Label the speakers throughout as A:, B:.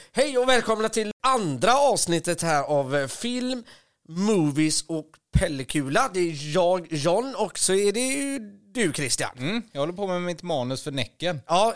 A: Hej och välkomna till andra avsnittet här av Film, Movies och Pellekula. Det är jag, John, och så är det ju du, Christian.
B: Jag håller på med mitt manus för Näcken.
A: Ja,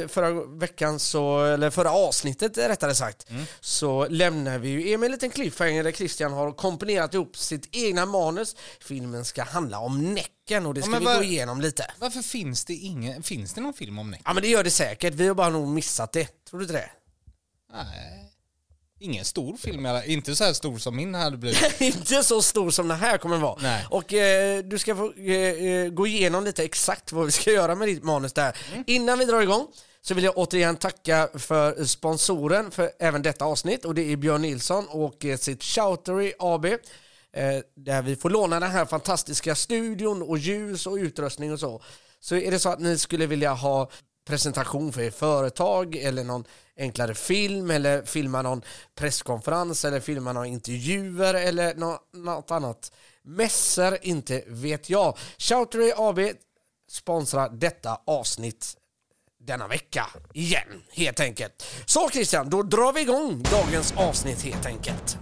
A: förra avsnittet rättare sagt, så lämnar vi ju med en liten cliffhanger där Christian har komponerat ihop sitt egna manus. Filmen ska handla om Näcken och det ska vi gå igenom lite.
B: Varför finns det någon film om Näcken?
A: Ja, men det gör det säkert. Vi har bara nog missat det. Tror du inte det?
B: Nej. Ingen stor film, inte så här stor som min hade blivit.
A: Inte så stor som den här kommer vara.
B: Nej.
A: Och du ska få gå igenom lite exakt vad vi ska göra med ditt manus där. Innan vi drar igång så vill jag återigen tacka för sponsoren för även detta avsnitt. Och det är Björn Nilsson och sitt Shoutery AB. Där vi får låna den här fantastiska studion och ljus och utrustning och så. Så är det så att ni skulle vilja ha presentation för företag eller någon enklare film eller filma någon presskonferens eller filma några intervjuer eller något annat. Mässor, inte vet jag. Shoutery AB sponsrar detta avsnitt denna vecka igen, helt enkelt. Så Christian, då drar vi igång dagens avsnitt helt enkelt.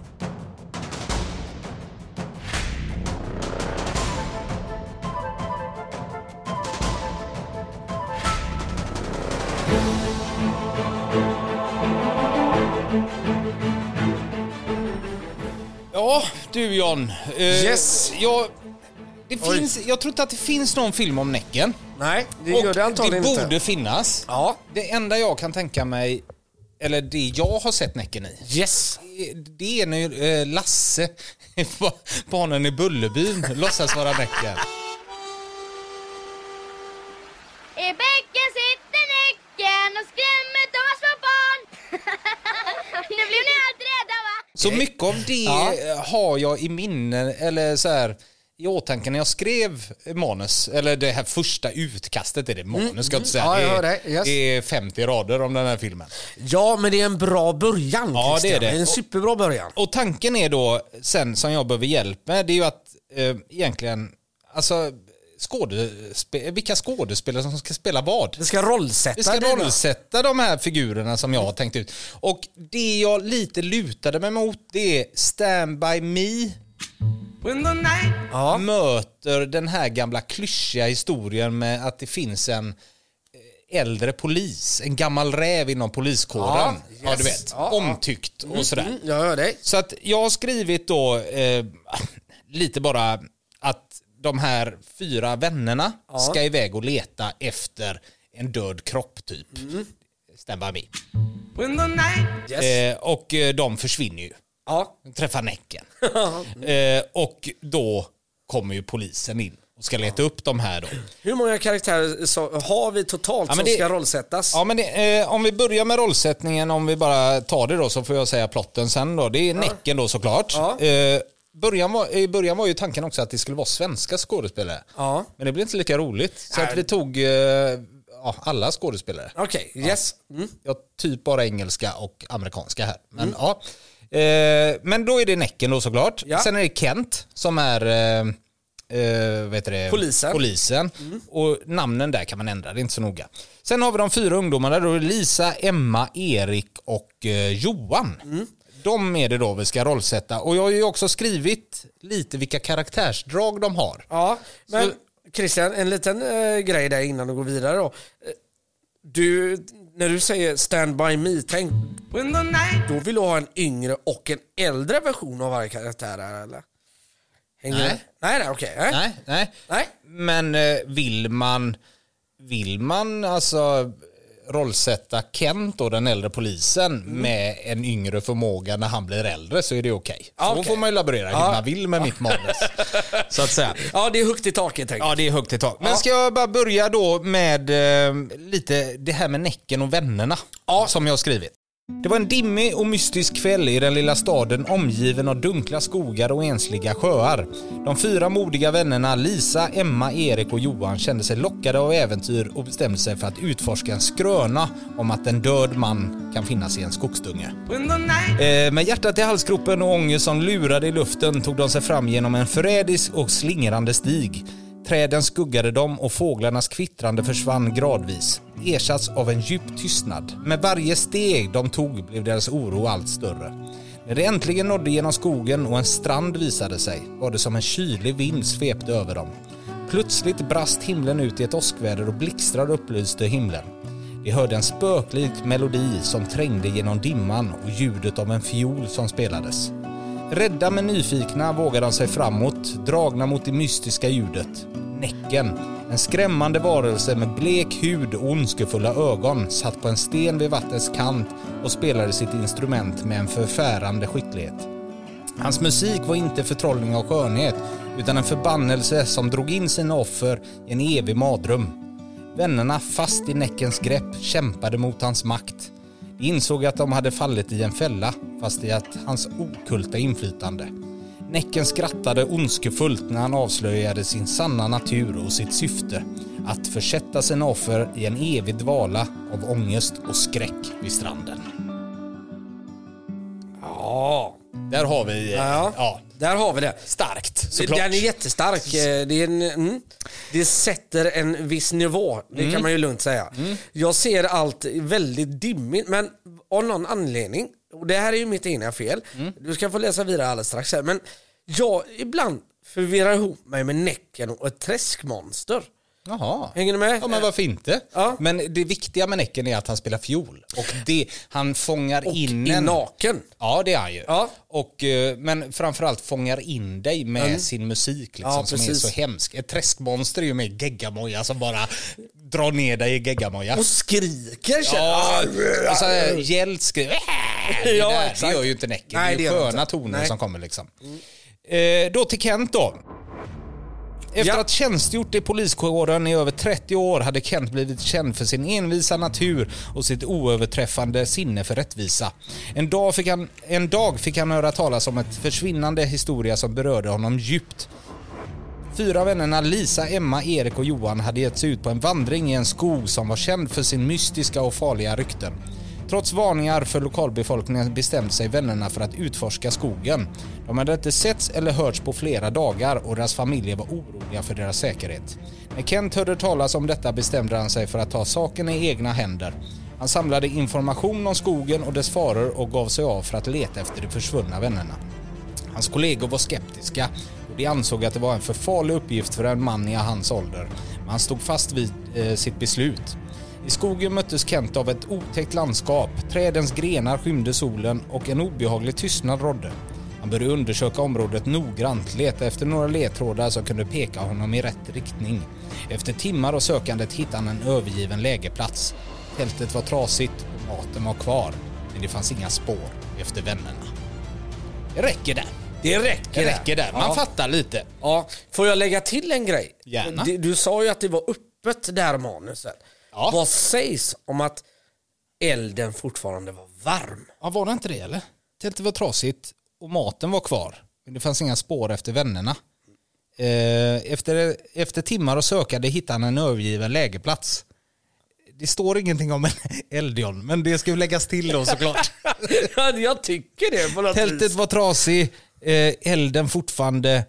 B: Ja, du John.
A: Yes.
B: Jag tror inte att det finns någon film om Näcken.
A: Nej, det gör det antagligen inte.
B: Det borde finnas.
A: Ja.
B: Det enda jag kan tänka mig, eller det jag har sett Näcken i.
A: Yes.
B: Det är när Lasse, barnen i Bullerbyn, låtsas vara Näcken.
C: I bäcken sitter Näcken och skrämmer de små barn. Nu blir ni allt rädda, va?
B: Så mycket av det har jag i minne, eller så här, i åtanke när jag skrev manus, eller det här första utkastet är det manus, ska jag inte säga.
A: Ja,
B: det är 50 rader om den här filmen.
A: Ja, men det är en bra början.
B: Ja, det är det.
A: Det är en superbra början.
B: Och tanken är då, sen som jag behöver hjälp med, det är ju att egentligen, alltså vilka skådespelare som ska spela vad.
A: Vi ska rollsätta
B: de här figurerna som jag har tänkt ut. Och det jag lite lutade mig mot, det är Stand By Me. Möter den här gamla klyschiga historien med att det finns en äldre polis, en gammal räv inom poliskåren. Ja, du vet. Omtyckt och sådär.
A: Jag hör dig.
B: Så att jag har skrivit då lite bara att de här 4 vännerna ska iväg och leta efter en död kropp typ. Stand by me.
A: Yes.
B: Och de försvinner ju.
A: Ja.
B: Träffar Näcken. Och då kommer ju polisen in och ska leta upp de här då.
A: Hur många karaktärer har vi totalt som ska rollsättas?
B: Ja, men om vi börjar med rollsättningen, om vi bara tar det då, så får jag säga plotten sen då. Det är Näcken då såklart.
A: Ja.
B: I början var ju tanken också att det skulle vara svenska skådespelare.
A: Ja.
B: Men det blev inte lika roligt. Så att vi tog alla skådespelare.
A: Okej, yes.
B: Jag typ bara engelska och amerikanska här. Men men då är det Näcken då såklart.
A: Ja.
B: Sen är det Kent som är polisen. Och namnen där kan man ändra, det är inte så noga. Sen har vi de 4 ungdomarna då, Lisa, Emma, Erik och Johan. De är det då vi ska rollsätta. Och jag har ju också skrivit lite vilka karaktärsdrag de har.
A: Ja, men Christian, en liten grej där innan du går vidare då. När du säger Stand By Me, tänk, då vill du ha en yngre och en äldre version av varje karaktär här, eller? Nej, okej. Nej.
B: Men vill man alltså rollsätta Kent och den äldre polisen med en yngre förmåga när han blir äldre, så är det okej. Så får man ju laborera hur man vill med mitt manus, så att säga.
A: Ja, det är högt i taket.
B: Ja, det är högt i tak. Men ska jag bara börja då med lite det här med Näcken och vännerna som jag har skrivit. Det var en dimmig och mystisk kväll i den lilla staden, omgiven av dunkla skogar och ensliga sjöar. De 4 modiga vännerna Lisa, Emma, Erik och Johan kände sig lockade av äventyr och bestämde sig för att utforska en skröna om att en död man kan finnas i en skogsdunge. Med hjärtat i halsgropen och ångest som lurade i luften tog de sig fram genom en förrädisk och slingrande stig. Träden skuggade dem och fåglarnas kvittrande försvann gradvis, ersatts av en djup tystnad. Med varje steg de tog blev deras oro allt större. När de äntligen nådde genom skogen och en strand visade sig var det som en kylig vind svepte över dem. Plötsligt brast himlen ut i ett åskväder och blixtrar upplyste himlen. De hörde en spöklik melodi som trängde genom dimman och ljudet av en fiol som spelades. Rädda men nyfikna vågade de sig framåt, dragna mot det mystiska ljudet. Näcken, en skrämmande varelse med blek hud och ondskefulla ögon, satt på en sten vid vattnets kant och spelade sitt instrument med en förfärande skicklighet. Hans musik var inte förtrollning av skönhet, utan en förbannelse som drog in sina offer i en evig madrum. Vännerna, fast i Näckens grepp, kämpade mot hans makt. De insåg att de hade fallit i en fälla, fast i att hans okulta inflytande. Näcken skrattade ondskefullt när han avslöjade sin sanna natur och sitt syfte, att försätta sina offer i en evig dvala av ångest och skräck vid stranden.
A: Ja,
B: där har vi...
A: där har vi det.
B: Starkt, såklart.
A: Den är jättestark. Det sätter en viss nivå, det kan man ju lugnt säga. Jag ser allt väldigt dimmigt, men av någon anledning, och det här är ju mitt egna fel, du ska få läsa vidare alldeles strax här, men jag ibland förvirrar ihop mig med Näcken och ett träskmonster.
B: Jaha.
A: Hänger du med?
B: Ja, men varför inte?
A: Ja.
B: Men det viktiga med Näcken är att han spelar fiol. Och han fångar
A: och
B: in
A: en... naken.
B: Ja, det är han ju.
A: Ja.
B: Och, men framförallt fångar in dig med sin musik liksom, som är så hemsk. Ett träskmonster är ju med geggamoja som bara drar ner dig i geggamoja.
A: Och skriker.
B: Ja, och så hjält skriker. Det gör ju inte Näcken.
A: Nej,
B: det är ju sköna toner som kommer liksom. Då till Kent då. Efter att tjänstgjort i poliskåren i över 30 år hade Kent blivit känd för sin envisa natur och sitt oöverträffande sinne för rättvisa. En dag fick han höra talas om ett försvinnande historia som berörde honom djupt. 4 vännerna Lisa, Emma, Erik och Johan hade gett sig ut på en vandring i en skog som var känd för sin mystiska och farliga rykten. Trots varningar för lokalbefolkningen bestämde sig vännerna för att utforska skogen. De hade inte setts eller hörts på flera dagar och deras familjer var oroliga för deras säkerhet. När Kent hörde talas om detta bestämde han sig för att ta saken i egna händer. Han samlade information om skogen och dess faror och gav sig av för att leta efter de försvunna vännerna. Hans kollegor var skeptiska och de ansåg att det var en för farlig uppgift för en man i hans ålder. Men han stod fast vid sitt beslut. I skogen möttes Kent av ett otäckt landskap. Trädens grenar skymde solen och en obehaglig tystnad rådde. Han började undersöka området noggrant, leta efter några ledtrådar som kunde peka honom i rätt riktning. Efter timmar och sökandet hittade han en övergiven lägerplats. Tältet var trasigt och maten var kvar, men det fanns inga spår efter vännerna. Det räcker där.
A: Det räcker
B: där. Man fattar lite.
A: Ja, får jag lägga till en grej?
B: Gärna.
A: Du sa ju att det var öppet där manuset. Ja. Vad sägs om att elden fortfarande var varm?
B: Ja, var det inte det eller? Tältet var trasigt och maten var kvar. Men det fanns inga spår efter vännerna. Efter timmar och sökade hittade han en övergiven lägerplats. Det står ingenting om en Eldion, men det ska ju läggas till då såklart.
A: Ja, jag tycker det på något
B: Tältet
A: vis.
B: var trasig, elden fortfarande...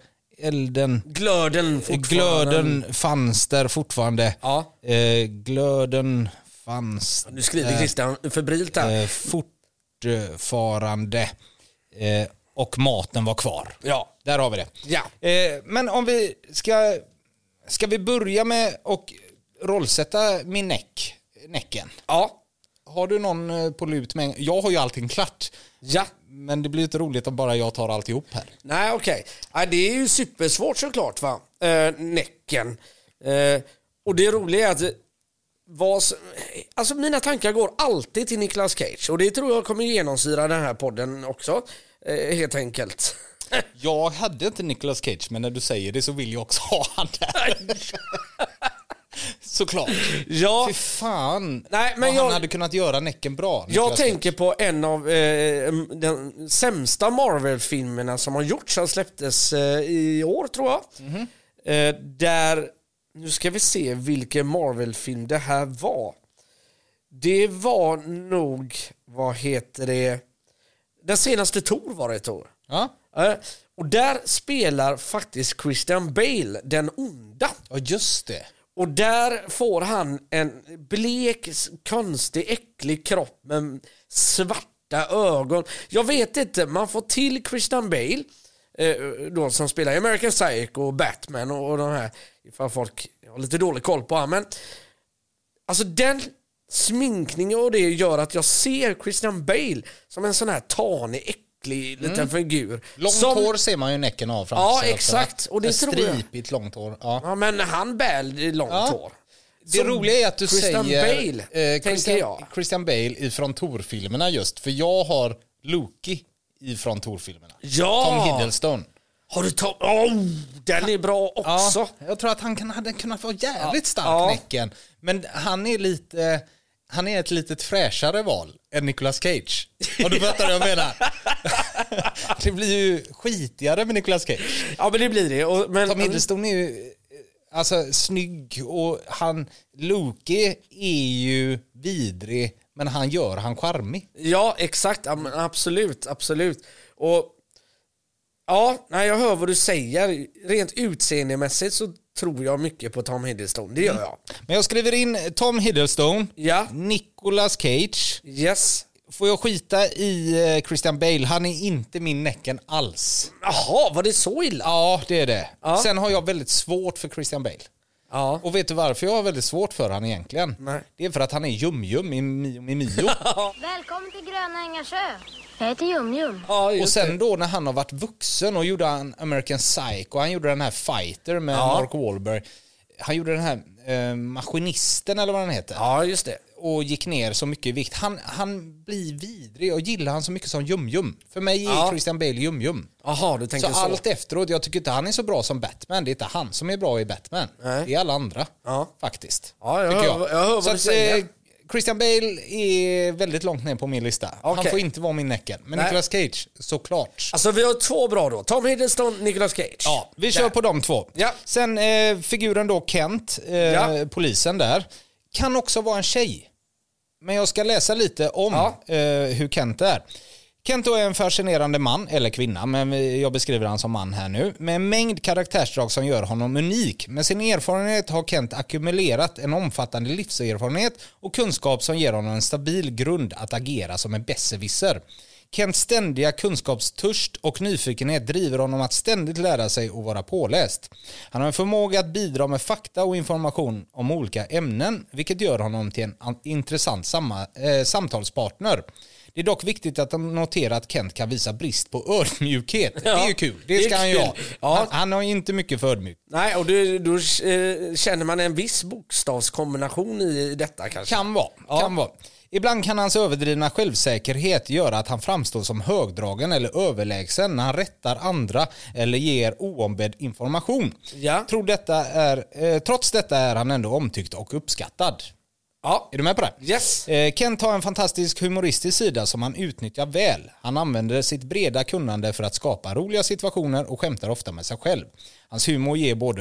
B: Glöden fanns där fortfarande.
A: Ja.
B: Glöden fanns...
A: Nu skriver Christian febrilt här.
B: Fortfarande. Och maten var kvar.
A: Ja.
B: Där har vi det.
A: Ja.
B: Men om vi ska vi börja med och rollsätta min näcken.
A: Ja.
B: Har du någon på lut med? Jag har ju allting klart.
A: Ja.
B: Men det blir inte roligt om bara jag tar alltihop här.
A: Nej, okej. Ja, det är ju supersvårt såklart, va? Näcken. Och det roliga är att alltså mina tankar går alltid till Nicolas Cage. Och det tror jag kommer genomsyra den här podden också. Helt enkelt.
B: Jag hade inte Nicolas Cage, men när du säger det så vill jag också ha han där. Såklart.
A: Ja.
B: Fy fan.
A: Nej, men
B: han hade kunnat göra Näcken bra.
A: Jag tänker på en av den sämsta Marvel-filmerna som har gjorts. Som släpptes i år, tror jag. Där, nu ska vi se vilken Marvel-film det här var. Det var nog, vad heter det? Den senaste Thor var det, Thor.
B: Ja.
A: Och där spelar faktiskt Christian Bale den onda.
B: Ja, just det.
A: Och där får han en blek, konstig, äcklig kropp med svarta ögon. Jag vet inte, man får till Christian Bale då, som spelar American Psycho och Batman och de här, ifall folk har lite dålig koll på han. Men alltså den sminkningen och det gör att jag ser Christian Bale som en sån här tanig, äcklig liten figur.
B: Långt hår ser man ju näcken av framför
A: Ja,
B: sig
A: exakt.
B: också.
A: Och det tror jag.
B: Stripigt långt hår. Ja.
A: Men han bär långt hår.
B: Det roliga är att du
A: Christian
B: säger
A: Bale,
B: Christian Bale ifrån Thor-filmerna just. För jag har Loki ifrån Thor-filmerna.
A: Ja!
B: Tom Hiddleston.
A: Har du den är bra också.
B: Ja, jag tror att han hade kunnat vara jävligt stark näcken. Men han är ett litet fräschare val än Nicolas Cage. Och du fattar vad jag menar. Det blir ju skitigare med Nicolas Cage.
A: Ja, men det blir det. Men
B: Tom Hiddleston är ju snygg och Loki är ju vidrig, men han charmig.
A: Ja, exakt. Absolut. Och jag hör vad du säger. Rent utseendemässigt så tror jag mycket på Tom Hiddleston. Det gör jag.
B: Men jag skriver in Tom Hiddleston,
A: Ja.
B: Nicolas Cage.
A: Yes.
B: Får jag skita i Christian Bale? Han är inte min näcken alls.
A: Jaha, var det så illa?
B: Ja, det är det.
A: Ja.
B: Sen har jag väldigt svårt för Christian Bale.
A: Ja.
B: Och vet du varför jag har väldigt svårt för han egentligen?
A: Nej.
B: Det är för att han är Jum-Jum i Mio.
C: Välkommen till Gröna Ängarsjö. Jag heter Jum-Jum.
A: Ja,
B: Och
A: just
B: sen då när han har varit vuxen och gjorde han American Psycho, han gjorde den här Fighter med Mark Wahlberg. Han gjorde den här Maskinisten eller vad den heter.
A: Ja, just det.
B: Och gick ner så mycket i vikt. Han blir vidrig och gillar han så mycket som Jum-Jum. För mig är Christian Bale Jum-Jum.
A: Jaha, du tänker så.
B: Allt efteråt, jag tycker inte han är så bra som Batman. Det är inte han som är bra i Batman.
A: Nej.
B: Det är alla andra,
A: Ja.
B: faktiskt.
A: Ja, jag
B: tycker
A: hör vad
B: så
A: du
B: att,
A: säger.
B: Christian Bale är väldigt långt ner på min lista. Han
A: Okej.
B: får inte vara min näcken. Men
A: Nej.
B: Nicolas Cage, såklart.
A: Alltså vi har två bra då. Tom Hiddleston, Nicolas Cage.
B: Ja, vi kör på de två.
A: Ja.
B: Sen figuren då Kent, polisen där, kan också vara en tjej. Men jag ska läsa lite om hur Kent är. Kent är en fascinerande man, eller kvinna, men jag beskriver han som man här nu, med en mängd karaktärsdrag som gör honom unik. Med sin erfarenhet har Kent ackumulerat en omfattande livserfarenhet och kunskap som ger honom en stabil grund att agera som en besserwisser. Kents ständiga kunskapstörst och nyfikenhet driver honom att ständigt lära sig och vara påläst. Han har en förmåga att bidra med fakta och information om olika ämnen, vilket gör honom till en intressant samtalspartner. Det är dock viktigt att notera att Kent kan visa brist på ödmjukhet. Det är ju kul. Det ska han ju ha.
A: Ja.
B: Han har inte mycket för ödmjuk.
A: Nej, och då känner man en viss bokstavskombination i detta kanske.
B: Kan vara. Ibland kan hans överdrivna självsäkerhet göra att han framstår som högdragen eller överlägsen när han rättar andra eller ger oombedd information.
A: Ja.
B: Trots detta är han ändå omtyckt och uppskattad.
A: Ja.
B: Är du med på det?
A: Yes.
B: Kent har en fantastisk humoristisk sida som han utnyttjar väl. Han använder sitt breda kunnande för att skapa roliga situationer och skämtar ofta med sig själv. Hans humor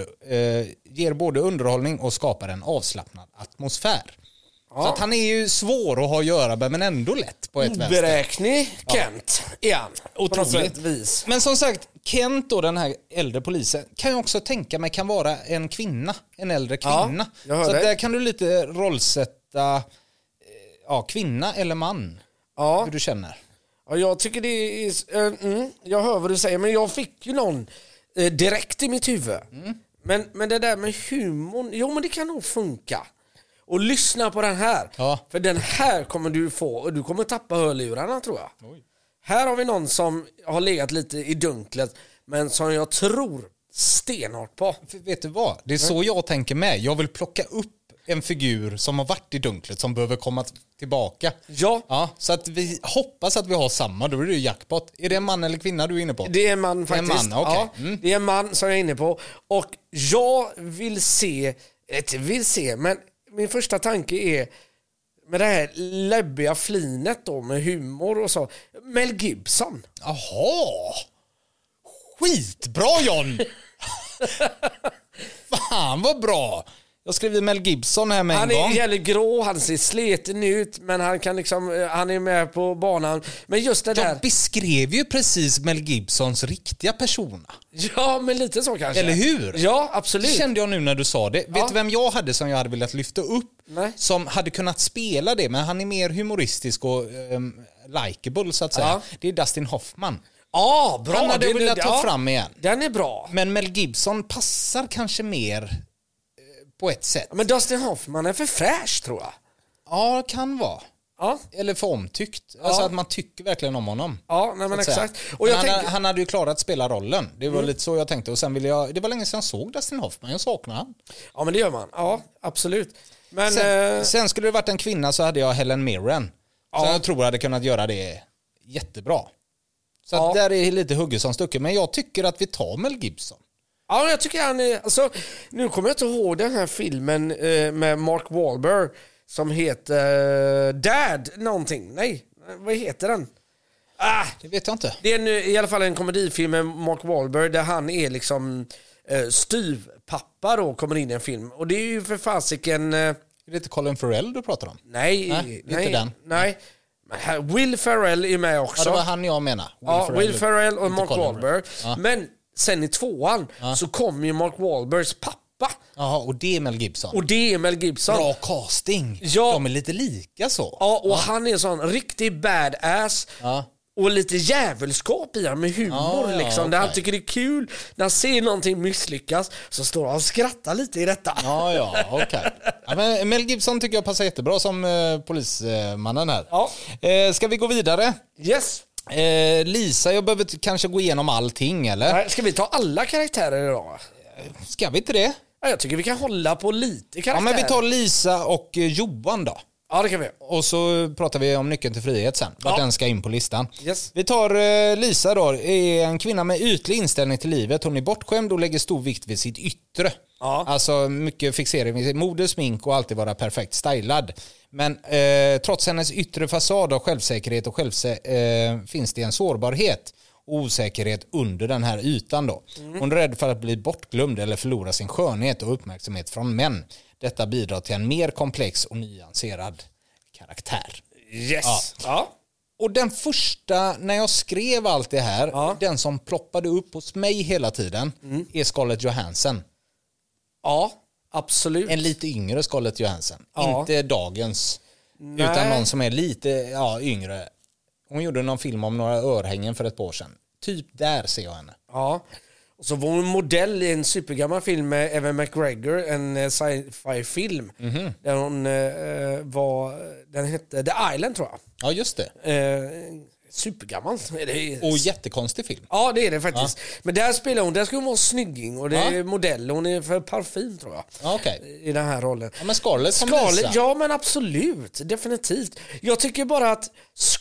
B: ger både underhållning och skapar en avslappnad atmosfär. Så att han är ju svår att ha att göra med, men ändå lätt på ett vänster.
A: Oberäknig Kent igen.
B: Otroligt.
A: Vis.
B: Men som sagt, Kent då, den här äldre polisen, kan jag också tänka mig kan vara en kvinna. En äldre kvinna.
A: jag hör
B: så att
A: dig.
B: där kan du lite rollsätta kvinna eller man.
A: Ja.
B: Hur du känner.
A: Ja, jag tycker det är... jag hör vad du säger, men jag fick ju någon direkt i mitt huvud. Men det där med humorn, jo men det kan nog funka. Och lyssna på den här.
B: Ja.
A: För den här kommer du få, och du kommer tappa hörlurarna tror jag. Oj. Här har vi någon som har legat lite i dunklet, men som jag tror stenhårt på.
B: För vet du vad? Det är så jag tänker med. Jag vill plocka upp en figur som har varit i dunklet, som behöver komma tillbaka.
A: Ja.
B: Så att vi hoppas att vi har samma, då är det ju jackpot. Är det en man eller kvinna du är inne på?
A: Det är en man faktiskt.
B: En man, okej.
A: Ja, det är en man som jag är inne på. Och jag vill se, men min första tanke är med det här läbbiga flinet då, med humor och så. Mel Gibson.
B: Jaha! Skitbra John! Fan vad bra! Jag skrev Mel Gibson här med
A: Han
B: en gång.
A: är jävligt grå, han ser sliten ut, men han kan liksom, han är med på banan. Men just det där...
B: Jag beskrev ju precis Mel Gibsons riktiga persona.
A: Ja, men lite så kanske.
B: Eller hur?
A: Ja,
B: Det
A: absolut.
B: kände jag nu när du sa det. Vet du vem jag hade som jag hade velat lyfta upp?
A: Nej.
B: Som hade kunnat spela det, men han är mer humoristisk och likeable så att säga.
A: Ja.
B: Det är Dustin Hoffman.
A: Ja, bra.
B: Han hade jag velat ta
A: ja,
B: fram igen.
A: Den är bra.
B: Men Mel Gibson passar kanske mer på ett sätt.
A: Men Dustin Hoffman är för fräsch, tror jag.
B: Ja, kan vara.
A: Ja,
B: Eller för omtyckt. Alltså att man tycker verkligen om honom.
A: ja, nej, men
B: så att säga.
A: exakt. Och jag
B: Men
A: tänkte...
B: han hade ju klarat att spela rollen. Det var lite så jag tänkte. Och sen ville jag... Det var länge sedan jag såg Dustin Hoffman. Jag saknar han.
A: Ja, men det gör man. Ja, absolut. Men...
B: Sen skulle det varit en kvinna så hade jag Helen Mirren. Så jag tror jag hade kunnat göra det jättebra. Så att där är lite hugget som stucket. Men jag tycker att vi tar Mel Gibson.
A: Ja, jag tycker han är... Alltså, nu kommer jag inte ihåg den här filmen med Mark Wahlberg som heter Dad någonting. Nej, vad heter den?
B: Det vet jag inte.
A: Det är i alla fall en komedifilm med Mark Wahlberg där han är liksom styvpappa då, kommer in i en film. Och det är ju för fasiken...
B: Är det inte Colin Farrell du pratar om?
A: Nej,
B: inte den.
A: Nej. Men här, Will Ferrell är med också.
B: Ja, det var han jag menar.
A: Will Ferrell och Mark
B: Colin
A: Wahlberg.
B: Ja.
A: Men sen i tvåan så kommer ju Mark Wahlbergs pappa.
B: Jaha, och det är Mel Gibson.
A: Och det är Mel Gibson.
B: Bra casting.
A: Ja.
B: De är lite lika så.
A: Ja, och han är en sån riktig badass.
B: Ja.
A: Och lite jävelskap i han med humor liksom. Där han tycker det är kul. När han ser någonting misslyckas så står han och skrattar lite i detta.
B: Ja, okej. Ja, men Mel Gibson tycker jag passar jättebra som polismannen här.
A: Ja.
B: Ska vi gå vidare?
A: Yes.
B: Lisa, jag behöver kanske gå igenom allting, eller?
A: Nej, ska vi ta alla karaktärer idag?
B: Ska vi inte det?
A: Ja, jag tycker vi kan hålla på lite karaktärer.
B: Ja, men vi tar Lisa och Johan då.
A: Ja, det kan vi.
B: Och så pratar vi om nyckeln till frihet sen. Vart den ska in på listan.
A: Yes.
B: Vi tar Lisa då. Är en kvinna med ytlig inställning till livet. Hon är bortskämd och lägger stor vikt vid sitt yttre.
A: Ja.
B: Alltså mycket fixering vid mode, smink och alltid vara perfekt stylad. Men trots hennes yttre fasad av självsäkerhet och finns det en sårbarhet och osäkerhet under den här ytan då. Hon är rädd för att bli bortglömd eller förlora sin skönhet och uppmärksamhet från män. Detta bidrar till en mer komplex och nyanserad karaktär.
A: Yes. Ja.
B: Och den första, när jag skrev allt det här, den som ploppade upp hos mig hela tiden är Scarlett Johansson.
A: Ja, absolut.
B: En lite yngre Scarlett Johansson.
A: Ja.
B: Inte dagens, utan någon som är lite yngre. Hon gjorde någon film om några örhängen för ett par år sedan. Typ där ser jag henne.
A: Ja. Och så var hon modell i en supergammal film med Evan McGregor, en sci-fi-film. Där hon den hette The Island, tror jag.
B: Ja, just det.
A: Supergammal.
B: Och jättekonstig film.
A: Ja, det är det faktiskt. Men där spelar hon, där ska hon vara snygging och det är modell. Hon är för parfym, tror jag.
B: Ja, okej.
A: I den här rollen.
B: Ja, men Scarlett som Lisa.
A: Ja, men absolut. Definitivt. Jag tycker bara att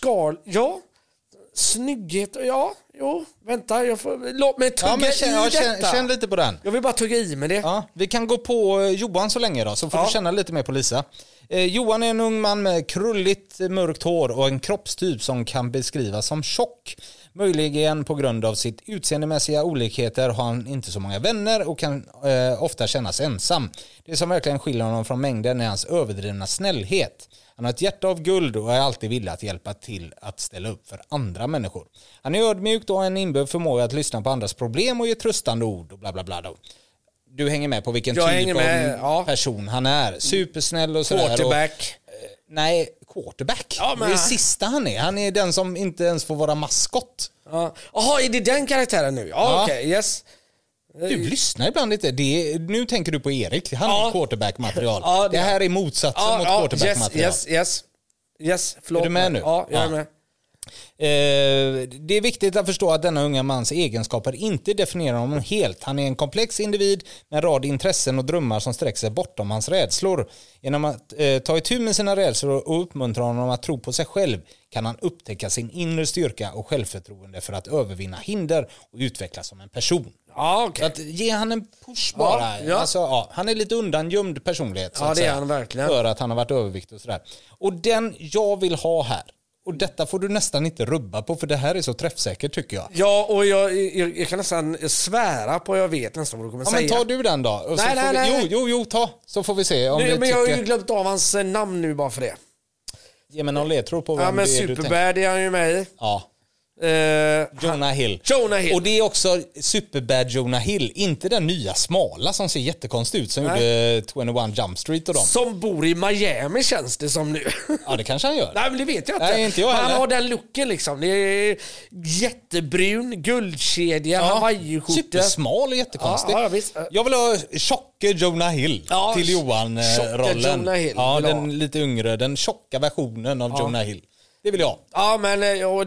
A: snygghet, vänta, låt mig tugga i detta.
B: Känn lite på den.
A: Jag vill bara tugga i med det.
B: Ja, vi kan gå på Johan så länge då, så får du känna lite mer på Lisa. Johan är en ung man med krulligt mörkt hår och en kroppstyp som kan beskrivas som tjock. Möjligen på grund av sitt utseendemässiga olikheter har han inte så många vänner och kan ofta kännas ensam. Det som verkligen skiljer honom från mängden är hans överdrivna snällhet. Han har ett hjärta av guld och är alltid villig att hjälpa till att ställa upp för andra människor. Han är ödmjuk och har en inbyggd förmåga att lyssna på andras problem och ge tröstande ord och bla bla bla. Du hänger med på vilken typ av person han är. Supersnäll och sådär.
A: Quarterback.
B: Nej, quarterback.
A: Ja, men...
B: Det är sista han är. Han är den som inte ens får vara maskott.
A: Jaha, är det den karaktären nu? Ja, okej, yes.
B: Du lyssnar ibland lite. Nu tänker du på Erik. Han är quarterback-material. Det här är motsatsen mot quarterback-material.
A: Yes, förlåt.
B: Är du med nu?
A: Ja, jag är med.
B: Det är viktigt att förstå att denna unga mans egenskaper inte definierar honom helt. Han är en komplex individ med en rad intressen och drömmar som sträcker sig bortom hans rädslor. Genom att ta itu med sina rädslor och uppmuntra honom att tro på sig själv kan han upptäcka sin inre styrka och självförtroende för att övervinna hinder och utvecklas som en person.
A: Ja, okay.
B: Att ge han en push bara.
A: Ja.
B: Alltså, han är lite undangömd personlighet. Så
A: ja,
B: att
A: det
B: säga,
A: är han verkligen.
B: för att han har varit överviktig och sådär. Och den jag vill ha här, Och detta får du nästan inte rubba på, för det här är så träffsäkert tycker jag.
A: Ja, och jag kan nästan svära på jag vet nästan vad du kommer säga.
B: Men tar du den då? Och
A: Nej.
B: Jo, ta. Så får vi se om
A: Men jag har
B: tycker...
A: ju glömt av hans namn nu bara för det.
B: Ge mig någon ledtråd på vem
A: Ja, men
B: det är du
A: Superbad är han ju med i.
B: Ja. Jonah Hill. Och det är också Superbad Jonah Hill. Inte den nya smala som ser jättekonstigt ut som gjorde 21 Jump Street och dem.
A: Som bor i Miami känns det som nu.
B: Ja, det kanske han gör.
A: Nej, men det vet jag inte.
B: Nej, inte jag heller.
A: Han har den looken liksom. Det är jättebrun, guldkedja, hawaiiskjorta.
B: Supersmal och jättekonstig.
A: Ja, visst.
B: Jag vill ha tjocke Jonah Hill till Johan-rollen.
A: Jonah Hill.
B: Ja, den lite yngre, den tjocka versionen av Jonah Hill. Det vill jag.
A: Ja, men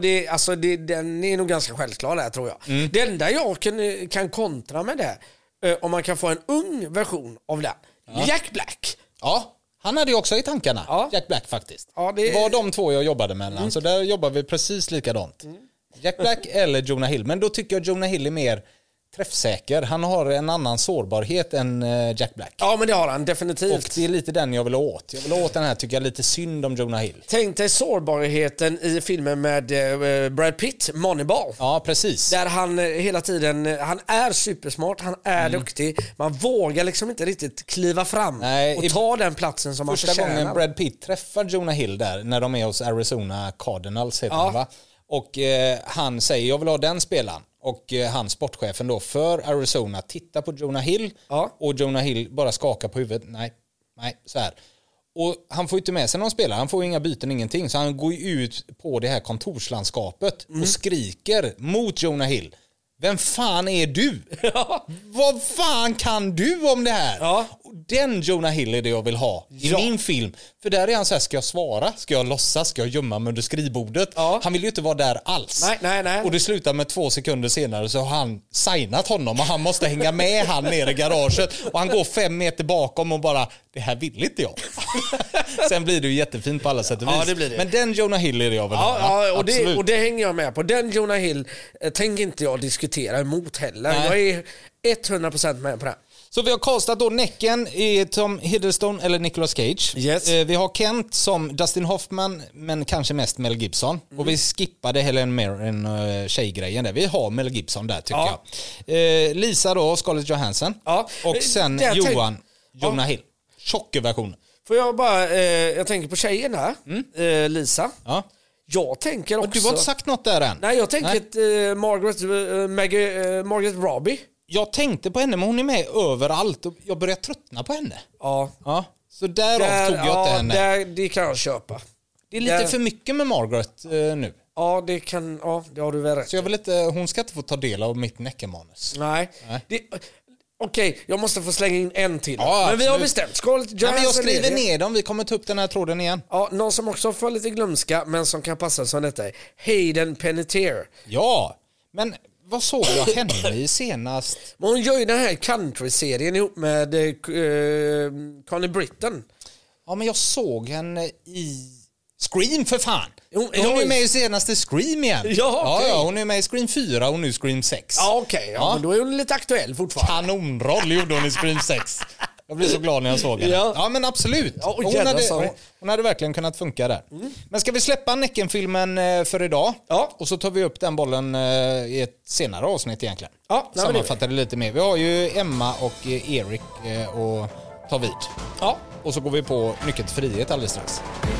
A: den är nog ganska självklar där, tror jag. Det enda jag kan kontra med det, om man kan få en ung version av den. Jack Black.
B: Ja, han hade ju också i tankarna. Jack Black faktiskt.
A: Ja,
B: det var de två jag jobbade mellan. Så där jobbar vi precis likadant. Jack Black eller Jonah Hill. Men då tycker jag Jonah Hill är mer träffsäker. Han har en annan sårbarhet än Jack Black.
A: Ja, men det har han definitivt.
B: Och det är lite den jag vill åt. Jag vill åt den här, tycker jag, lite synd om Jonah Hill.
A: Tänk dig sårbarheten i filmen med Brad Pitt, Moneyball.
B: Ja, precis.
A: Där han hela tiden, han är supersmart, han är duktig. Man vågar liksom inte riktigt kliva fram och ta den platsen som man förtjänar.
B: Första gången Brad Pitt träffar Jonah Hill där, när de är hos Arizona Cardinals heter det, va? Och han säger, jag vill ha den spelaren. Och han, sportchefen då för Arizona, tittar på Jonah Hill. Och Jonah Hill bara skakar på huvudet. Nej, så här. Och han får ju inte med sig någon spelare. Han får ju inga byten, ingenting. Så han går ju ut på det här kontorslandskapet och skriker mot Jonah Hill. Vem fan är du? Vad fan kan du om det här? Den Jonah Hill är det jag vill ha i min film. För där är han så här, ska jag svara? Ska jag låtsas? Ska jag gömma mig under skrivbordet? Han vill ju inte vara där alls.
A: Nej.
B: Och det slutar med 2 sekunder senare så har han signat honom och han måste hänga med han ner i garaget. Och han går 5 meter bakom och bara, det här vill inte jag. Sen blir det ju jättefint på alla sätt och vis.
A: Det blir det.
B: Men den Jonah Hill är det jag vill ha.
A: Och det hänger jag med på. Den Jonah Hill tänker inte jag diskutera emot heller. Jag är 100% med på det.
B: Så vi har castat då Näcken i Tom Hiddleston eller Nicolas Cage.
A: Yes.
B: Vi har Kent som Dustin Hoffman, men kanske mest Mel Gibson. Och vi skippade Helen Mirren tjejgrejen där. Vi har Mel Gibson där tycker jag. Lisa då, Scarlett Johansson. Och sen Jonah Hill. Tjocke-versionen.
A: Får jag bara, jag tänker på tjejen här, Lisa. Jag tänker också...
B: Och du har inte sagt något där än?
A: Nej, jag tänker Margaret Robbie.
B: Jag tänkte på henne, men hon är med överallt och jag börjar tröttna på henne. Så därav tog jag inte henne.
A: Det kan jag köpa.
B: Det är lite för mycket med Margaret nu.
A: Det har du väl rätt.
B: Så jag vill inte, hon ska inte få ta del av mitt Näckenmanus.
A: Nej. Okej, jag måste få slänga in en till.
B: Men
A: vi har bestämt.
B: Jag skriver ner dem, vi kommer ta upp den här tråden igen.
A: Någon som också får lite glömska, men som kan passa som detta är Hayden Panettiere.
B: Ja, men vad såg jag henne i senast?
A: Men hon gör ju den här country-serien ihop med Connie Britton.
B: Ja, men jag såg henne i Scream för fan. Hon är med i senaste Scream igen. Hon är med i Scream 4 och nu Scream 6.
A: Men då är hon lite aktuell fortfarande.
B: Kanonroll gjorde hon i Scream 6. Jag blev så glad när jag såg henne. Ja, men absolut. Hon hade verkligen kunnat funka där. Men ska vi släppa Näcken-filmen för idag? Och så tar vi upp den bollen i ett senare avsnitt egentligen. Sammanfattar det lite mer. Vi har ju Emma och Erik att ta vid. Och så går vi på Nyckeln till frihet alldeles strax.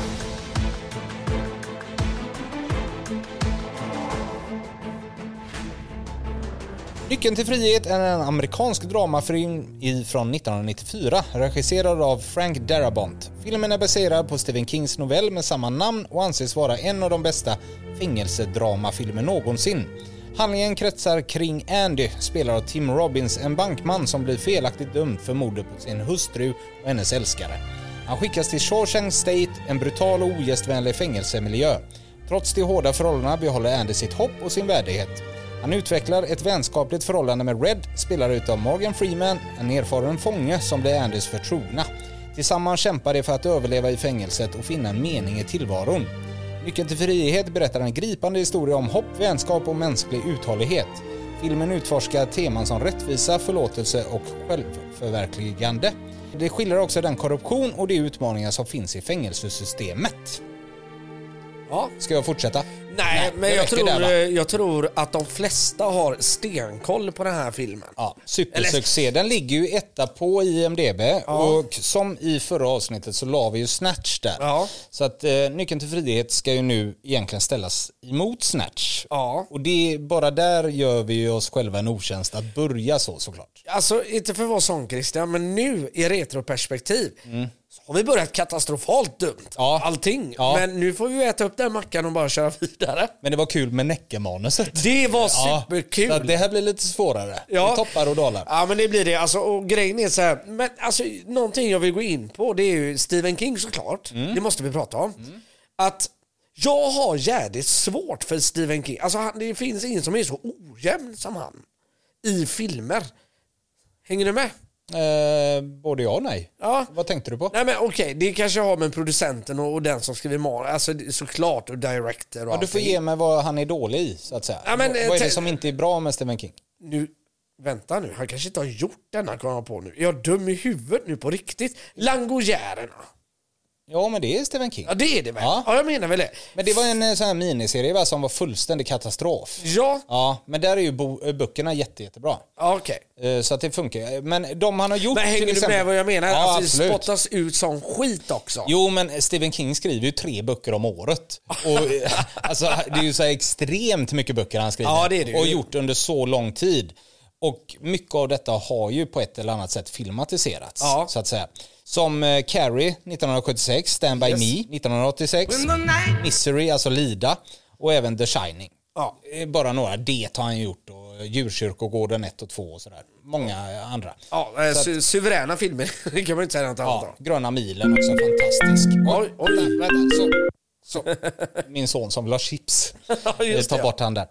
B: Nyckeln till frihet är en amerikansk dramafilm från 1994, regisserad av Frank Darabont. Filmen är baserad på Stephen Kings novell med samma namn och anses vara en av de bästa fängelsedramafilmer någonsin. Handlingen kretsar kring Andy, spelad av Tim Robbins, en bankman som blir felaktigt dömd för mordet på sin hustru och hennes älskare. Han skickas till Shawshank State, en brutal och ogästvänlig fängelsemiljö. Trots de hårda förhållandena behåller Andy sitt hopp och sin värdighet. Han utvecklar ett vänskapligt förhållande med Red, spelad utav Morgan Freeman, en erfaren fånge som blir Andys förtrogna. Tillsammans kämpar de för att överleva i fängelset och finna en mening i tillvaron. Nyckeln till frihet berättar en gripande historia om hopp, vänskap och mänsklig uthållighet. Filmen utforskar teman som rättvisa, förlåtelse och självförverkligande. Det skildrar också den korruption och de utmaningar som finns i fängelsesystemet.
A: Ja.
B: Ska jag fortsätta?
A: Nej, men
B: det räcker där, va?
A: jag tror att de flesta har stenkoll på den här filmen.
B: Ja, supersuccé. Den ligger ju etta på IMDb och som i förra avsnittet så la vi ju Snatch där.
A: Ja.
B: Så att Nyckeln till frihet ska ju nu egentligen ställas emot Snatch.
A: Ja.
B: Och det bara där gör vi ju oss själva en otjänst att börja såklart.
A: Alltså, inte för att vara sån Christian, men nu i retroperspektiv så har vi börjat katastrofalt dumt.
B: Ja.
A: Allting.
B: Ja.
A: Men nu får vi äta upp den mackan och bara köra vidare.
B: Men det var kul med Näcke-manuset.
A: Det var superkul.
B: Så det här blir lite svårare.
A: Ja.
B: Det toppar och dalar.
A: Ja, men det blir det. Alltså, och grejen är så här, men alltså, någonting jag vill gå in på, det är ju Stephen King såklart. Det måste vi prata om. Att jag har jävligt svårt för Stephen King. Alltså, det finns ingen som är så ojämn som han i filmer. Hänger du med?
B: Både ja och nej.
A: Ja.
B: Vad tänkte du på?
A: Nej, men okej, det kanske har med producenten och den som skriver manus, alltså såklart, och director och
B: Ja, du får
A: allting.
B: ge mig vad han är dålig i, så att säga.
A: Ja, men,
B: vad är det som inte är bra med Stephen King?
A: Nu, vänta nu, han kanske inte har gjort denna, kommer jag på nu. Jag är dum i huvudet nu på riktigt. Langojärerna.
B: Ja, men det är Stephen King.
A: Ja, det är det väl?
B: Ja.
A: Ja, jag menar väl det.
B: Men det var en sån här miniserie, va, som var fullständig katastrof.
A: Ja,
B: Ja, men där är ju böckerna jättebra.
A: ja, okej.
B: Så att det funkar. Men de han har gjort...
A: Men hänger
B: till
A: du
B: exempel-
A: med vad jag menar?
B: Ja,
A: alltså, det
B: absolut.
A: spottas ut som skit också.
B: Jo, men Stephen King skriver ju 3 böcker om året. Och, alltså, det är ju så här extremt mycket böcker han skriver.
A: Ja, det är det ju.
B: Och gjort under så lång tid. Och mycket av detta har ju på ett eller annat sätt filmatiserats,
A: Ja.
B: så att säga. Som Carrie 1976, Stand By Me 1986, Misery, alltså Lida, och även The Shining.
A: Ja.
B: Bara några, det har han gjort, och Djurkyrkogården 1 och 2 och sådär. Många andra.
A: Ja, suveräna filmer, det kan man inte säga något annat
B: Ja,
A: om.
B: Gröna milen också, fantastisk.
A: Oj.
B: Vänta, så. Min son som vill ha chips.
A: Ja, just
B: Ta
A: det,
B: bort han där.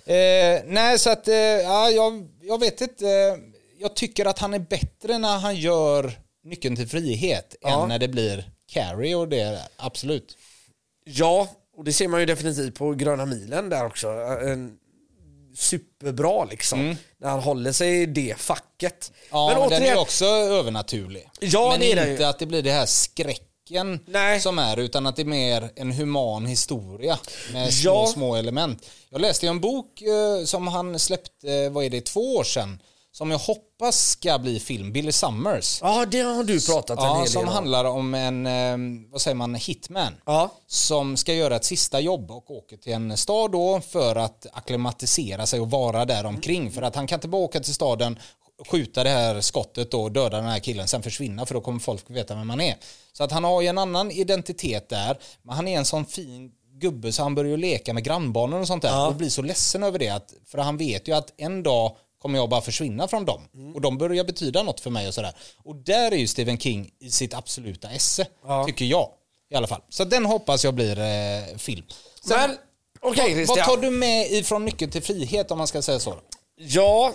B: Nej, så att ja, jag vet inte. Jag tycker att han är bättre när han gör Nyckeln till frihet än när det blir Carrie och det, absolut.
A: Ja, och det ser man ju definitivt på Gröna milen där också. En superbra liksom. När han håller sig i det facket.
B: Ja, men den är också övernaturlig.
A: Ja,
B: men
A: det är det
B: inte
A: ju.
B: att det blir det här skräcken som är, utan att det är mer en human historia med små element. Jag läste ju en bok som han släppte, vad är det, 2 år sedan, som jag hoppas ska bli film, Billy Summers.
A: Ja, det har du pratat en hel del
B: som
A: om.
B: handlar om en, vad säger man, hitman.
A: Ja.
B: Som ska göra ett sista jobb och åker till en stad då för att akklimatisera sig och vara där omkring. För att han kan inte bara åka till staden, skjuta det här skottet och döda den här killen, sen försvinna, för då kommer folk veta vem man är. Så att han har ju en annan identitet där, men han är en sån fin gubbe så han börjar ju leka med grannbarnen och sånt där och blir så ledsen över det, för han vet ju att en dag kommer jag bara försvinna från dem. Och de börjar betyda något för mig och sådär. Och där är ju Stephen King i sitt absoluta esse, tycker jag i alla fall. Så den hoppas jag blir film. Sen,
A: Men, okej, Christian.
B: vad tar du med ifrån Nyckeln till frihet, om man ska säga så?
A: Ja,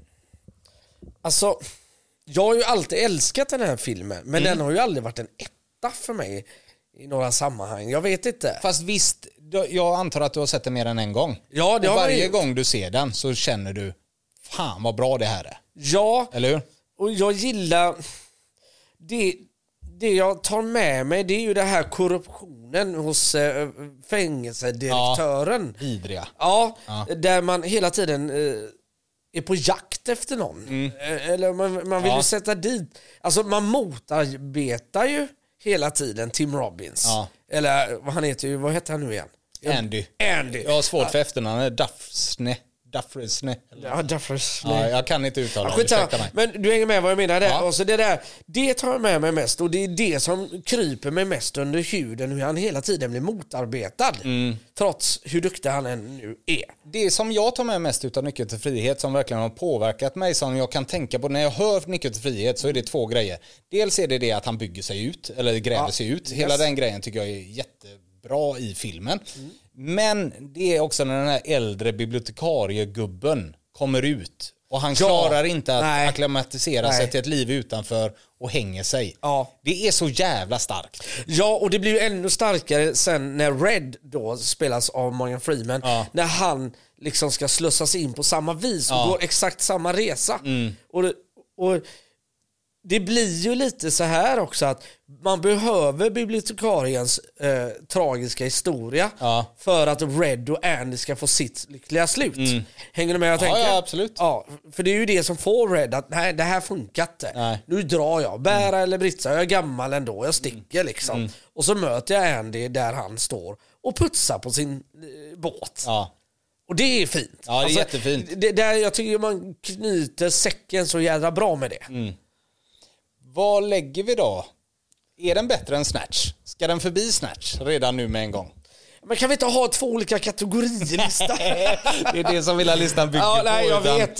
A: alltså, jag har ju alltid älskat den här filmen, men den har ju aldrig varit en etta för mig i några sammanhang. Jag vet inte.
B: Fast visst, jag antar att du har sett den mer än en gång.
A: Ja, det
B: och
A: har
B: varje
A: jag
B: gång du ser den så känner du, fan vad bra det här är.
A: Ja,
B: Eller hur?
A: och jag gillar det jag tar med mig, det är ju det här korruptionen hos fängelsedirektören.
B: Vidriga.
A: Ja, där man hela tiden är på jakt efter någon. Eller man vill ju sätta dit. Alltså man motarbetar ju hela tiden Tim Robbins.
B: Ja.
A: Eller vad han heter ju, vad heter han nu igen?
B: Andy.
A: Andy.
B: Jag har svårt för efternamnet. Daphne.
A: Ja, Duffers.
B: Ja, jag kan inte uttala det.
A: Skitsamma.
B: Ursäkta mig.
A: Men du hänger med vad jag menar där.
B: Ja.
A: Och så det tar jag med mig mest. Och det är det som kryper mig mest under huden. Hur han hela tiden blir motarbetad. Trots hur duktig han än nu är.
B: Det som jag tar med mest utav Nyckeln till frihet, som verkligen har påverkat mig, som jag kan tänka på när jag hör Nyckeln till frihet, så är det 2 grejer. Dels är det att han bygger sig ut, eller gräver sig ut. Hela den grejen tycker jag är jättebra i filmen. Men det är också när den här äldre bibliotekariegubben kommer ut och han klarar inte att akklimatisera sig till ett liv utanför och hänger sig.
A: Ja.
B: Det är så jävla starkt.
A: Ja, och det blir ju ännu starkare sen när Red då spelas av Morgan Freeman. När han liksom ska slussas in på samma vis och går exakt samma resa. Och det blir ju lite så här också att man behöver bibliotekariens tragiska historia för att Red och Andy ska få sitt lyckliga slut. Hänger du med jag tänker?
B: Ja, absolut.
A: Ja, för det är ju det som får Red att nej, det här funkar inte.
B: Nej.
A: Nu drar jag. Bära eller Britsa, jag är gammal ändå, jag sticker liksom. Och så möter jag Andy där han står och putsar på sin båt.
B: Ja.
A: Och det är fint.
B: Ja, det är jättefint.
A: Jag tycker man knyter säcken så jävla bra med det.
B: Vad lägger vi då? Är den bättre än Snatch? Ska den förbi Snatch redan nu med en gång?
A: Men kan vi inte ha 2 olika kategorier i listan?
B: Det är det som hela listan bygger på.
A: Nej, jag vet.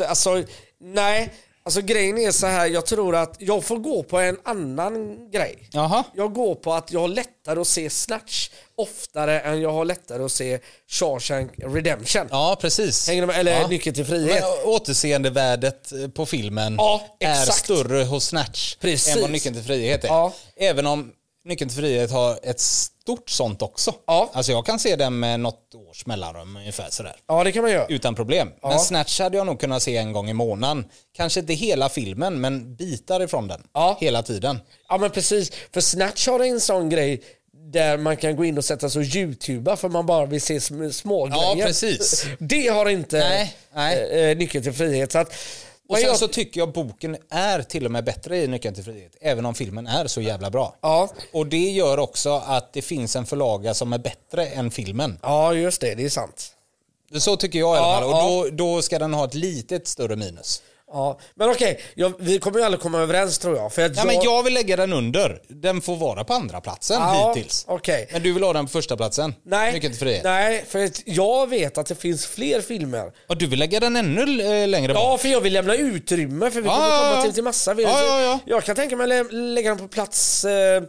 A: Alltså grejen är så här, jag tror att jag får gå på en annan grej.
B: Jaha.
A: Jag går på att jag har lättare att se Snatch oftare än jag har lättare att se Shawshank Redemption.
B: Ja, precis.
A: Hänger de med? Eller Nyckeln till frihet.
B: Men återseendevärdet på filmen är större hos Snatch än vad Nyckeln till frihet är.
A: Ja.
B: Även om Nyckeln till frihet har ett stort sånt också.
A: Ja.
B: Alltså jag kan se den med något års mellanrum ungefär sådär.
A: Ja, det kan man göra.
B: Utan problem. Ja. Men Snatch hade jag nog kunnat se en gång i månaden. Kanske inte hela filmen, men bitar ifrån den. Hela tiden.
A: Ja, men precis. För Snatch har en sån grej där man kan gå in och sätta sig och YouTuba för man bara vill se små grejer.
B: Ja, precis.
A: Det har inte Nyckeln till frihet. Så att,
B: och sen så tycker jag boken är till och med bättre i Nyckeln till frihet. Även om filmen är så jävla bra.
A: Ja.
B: Och det gör också att det finns en förlaga som är bättre än filmen.
A: Ja, just det. Det är sant.
B: Så tycker jag i alla fall. Och då ska den ha ett litet större minus.
A: Ja, men okej, vi kommer ju aldrig komma överens tror jag. För att
B: men jag vill lägga den under. Den får vara på andra platsen hittills.
A: Okay.
B: Men du vill ha den på första platsen?
A: Nej, för att jag vet att det finns fler filmer.
B: Och du vill lägga den ännu längre bort?
A: Ja, för jag vill lämna utrymme för vi kommer komma till massa. Jag kan tänka mig att lägga den på plats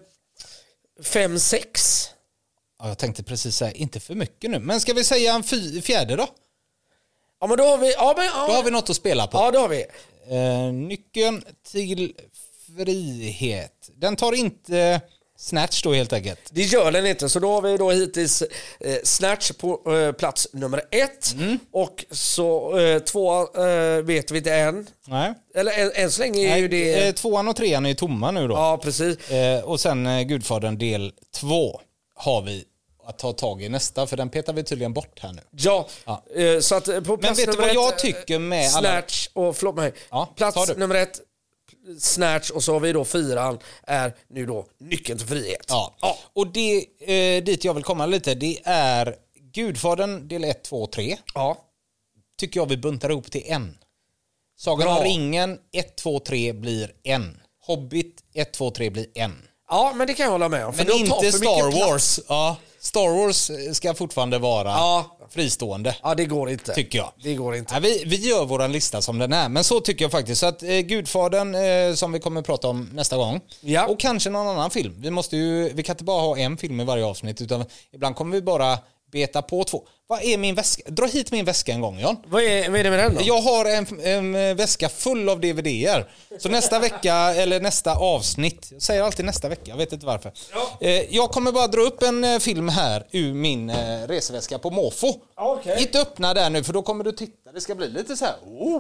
A: 5-6.
B: Ja, jag tänkte precis säga, inte för mycket nu. Men ska vi säga en fjärde då?
A: Ja, men då har vi...
B: Då har vi något att spela på.
A: Ja, då har vi.
B: Nyckeln till frihet. Den tar inte Snatch då helt enkelt.
A: Det gör den inte, så då har vi då hittills Snatch på plats nummer 1. Och så 2 vet vi inte än.
B: Nej.
A: Eller än så länge är ju det...
B: 2:an och 3:an är tomma nu då.
A: Ja, precis.
B: Och sen Gudfadern del 2 har vi att ta tag i nästa, för den petar vi tydligen bort här nu.
A: Ja. Så att på plats
B: men vet du vad jag tycker med
A: Snatch och förlåt mig. Plats nummer 1 Snatch och så har vi då 4:an är nu då Nyckeln till frihet.
B: Ja. Och det dit jag vill komma lite, det är Gudfadern del 1, 2 och 3.
A: Ja.
B: Tycker jag vi buntar ihop till en. Sagan om ringen 1, 2, 3 blir en. Hobbit 1, 2, 3 blir en.
A: Ja, men det kan jag hålla med om.
B: Men inte Star Wars. Ja, Star Wars ska fortfarande vara fristående.
A: Ja, det går inte.
B: Tycker jag.
A: Det går inte.
B: Ja, vi gör våran lista som den är. Men så tycker jag faktiskt. Så att Gudfadern som vi kommer att prata om nästa gång. Ja. Och kanske någon annan film. Vi kan inte bara ha en film i varje avsnitt. Utan ibland kommer vi bara beta på 2. Vad är min väska? Dra hit min väska en gång, Jan.
A: Vad är det med den då?
B: Jag har en väska full av DVD:er. Så nästa vecka, eller nästa avsnitt, jag säger alltid nästa vecka, jag vet inte varför. Jag kommer bara dra upp en film här ur min reseväska på Mofo.
A: Okay.
B: Inte öppna där nu, för då kommer du titta. Det ska bli lite så här.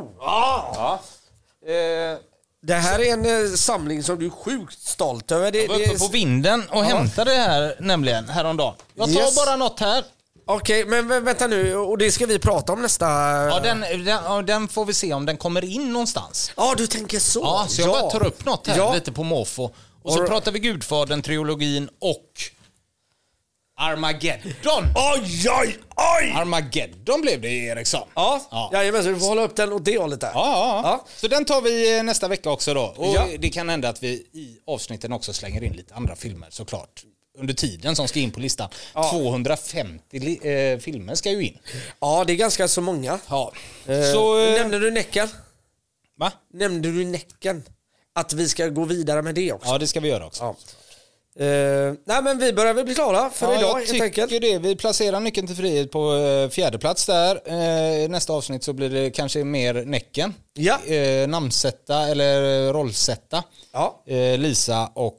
A: Det här är en samling som du är sjukt stolt över.
B: Jag var uppe på vinden och hämtade det här nämligen häromdagen. Jag tar bara något här.
A: Okej, men vänta nu, och det ska vi prata om nästa...
B: Ja, den får vi se om den kommer in någonstans.
A: Ja, du tänker så.
B: Ja, så jag bara tar upp något här lite på Mofo. Och så pratar vi Gudfadern, trilogin och Armageddon.
A: Oj!
B: Armageddon blev det, Eriksson.
A: Ja, men så vi får hålla upp den åt det hållet där.
B: Ja. Så den tar vi nästa vecka också då. Och det kan hända att vi i avsnitten också slänger in lite andra filmer såklart. Under tiden som ska in på listan. 250 filmer ska ju in.
A: Ja, det är ganska så många.
B: Ja.
A: Nämnde du Näcken?
B: Va?
A: Nämnde du Näcken? Att vi ska gå vidare med det också.
B: Ja, det ska vi göra också.
A: Ja. Nej, men vi börjar väl bli klara för idag.
B: Jag tycker det. Vi placerar Nyckeln till frihet på 4:e plats där. Nästa avsnitt så blir det kanske mer Näcken.
A: Ja.
B: Namnsätta eller rollsätta.
A: Ja.
B: Lisa och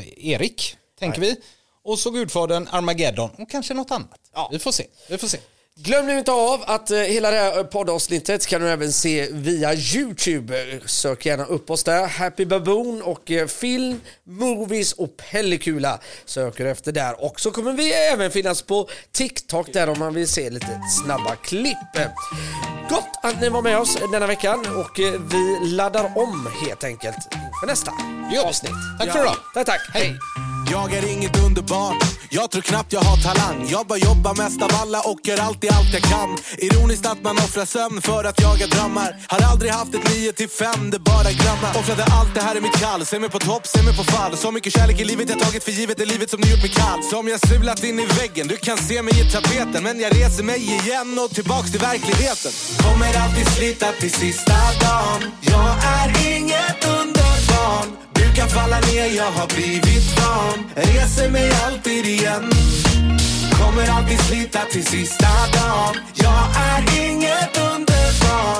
B: Erik, tänker vi. Och så Gudfadern, Armageddon och kanske något annat. Ja. Vi får se.
A: Glöm nu inte av att hela det här poddavsnittet kan du även se via YouTube. Sök gärna upp oss där. Happy Baboon och film, movies och pellikula söker efter där. Och så kommer vi även finnas på TikTok där om man vill se lite snabba klipp. Gott att ni var med oss denna veckan och vi laddar om helt enkelt för nästa avsnitt.
B: Tack för idag.
A: Tack. Hej.
D: Jag är inget underbarn, jag tror knappt jag har talang. Jag bara jobbar mest av alla och gör alltid allt jag kan. Ironiskt att man offrar sömn för att jaga drömmar. Har aldrig haft ett 9-5, det bara grannar. Offrade allt det här i mitt kall, se mig på topp, se mig på fall. Så mycket kärlek i livet jag tagit för givet, det livet som ni gjort mig kall. Som jag sulat in i väggen, du kan se mig i tapeten. Men jag reser mig igen och tillbaks till verkligheten. Kommer alltid slita till sista dagen. Jag är inget underbarn, kan falla ner, jag har blivit van. Reser mig alltid igen. Kommer alltid slita till sista dagen. Jag är inget underbarn.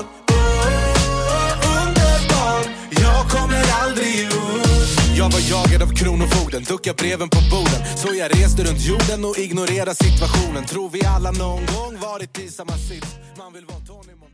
D: Underbarn. Jag kommer aldrig ut. Jag var jagad av kronofogden, duckar breven på borden. Så jag reste runt jorden och ignorerade situationen. Tror vi alla någon gång varit i samma sits. Man vill vara Tony.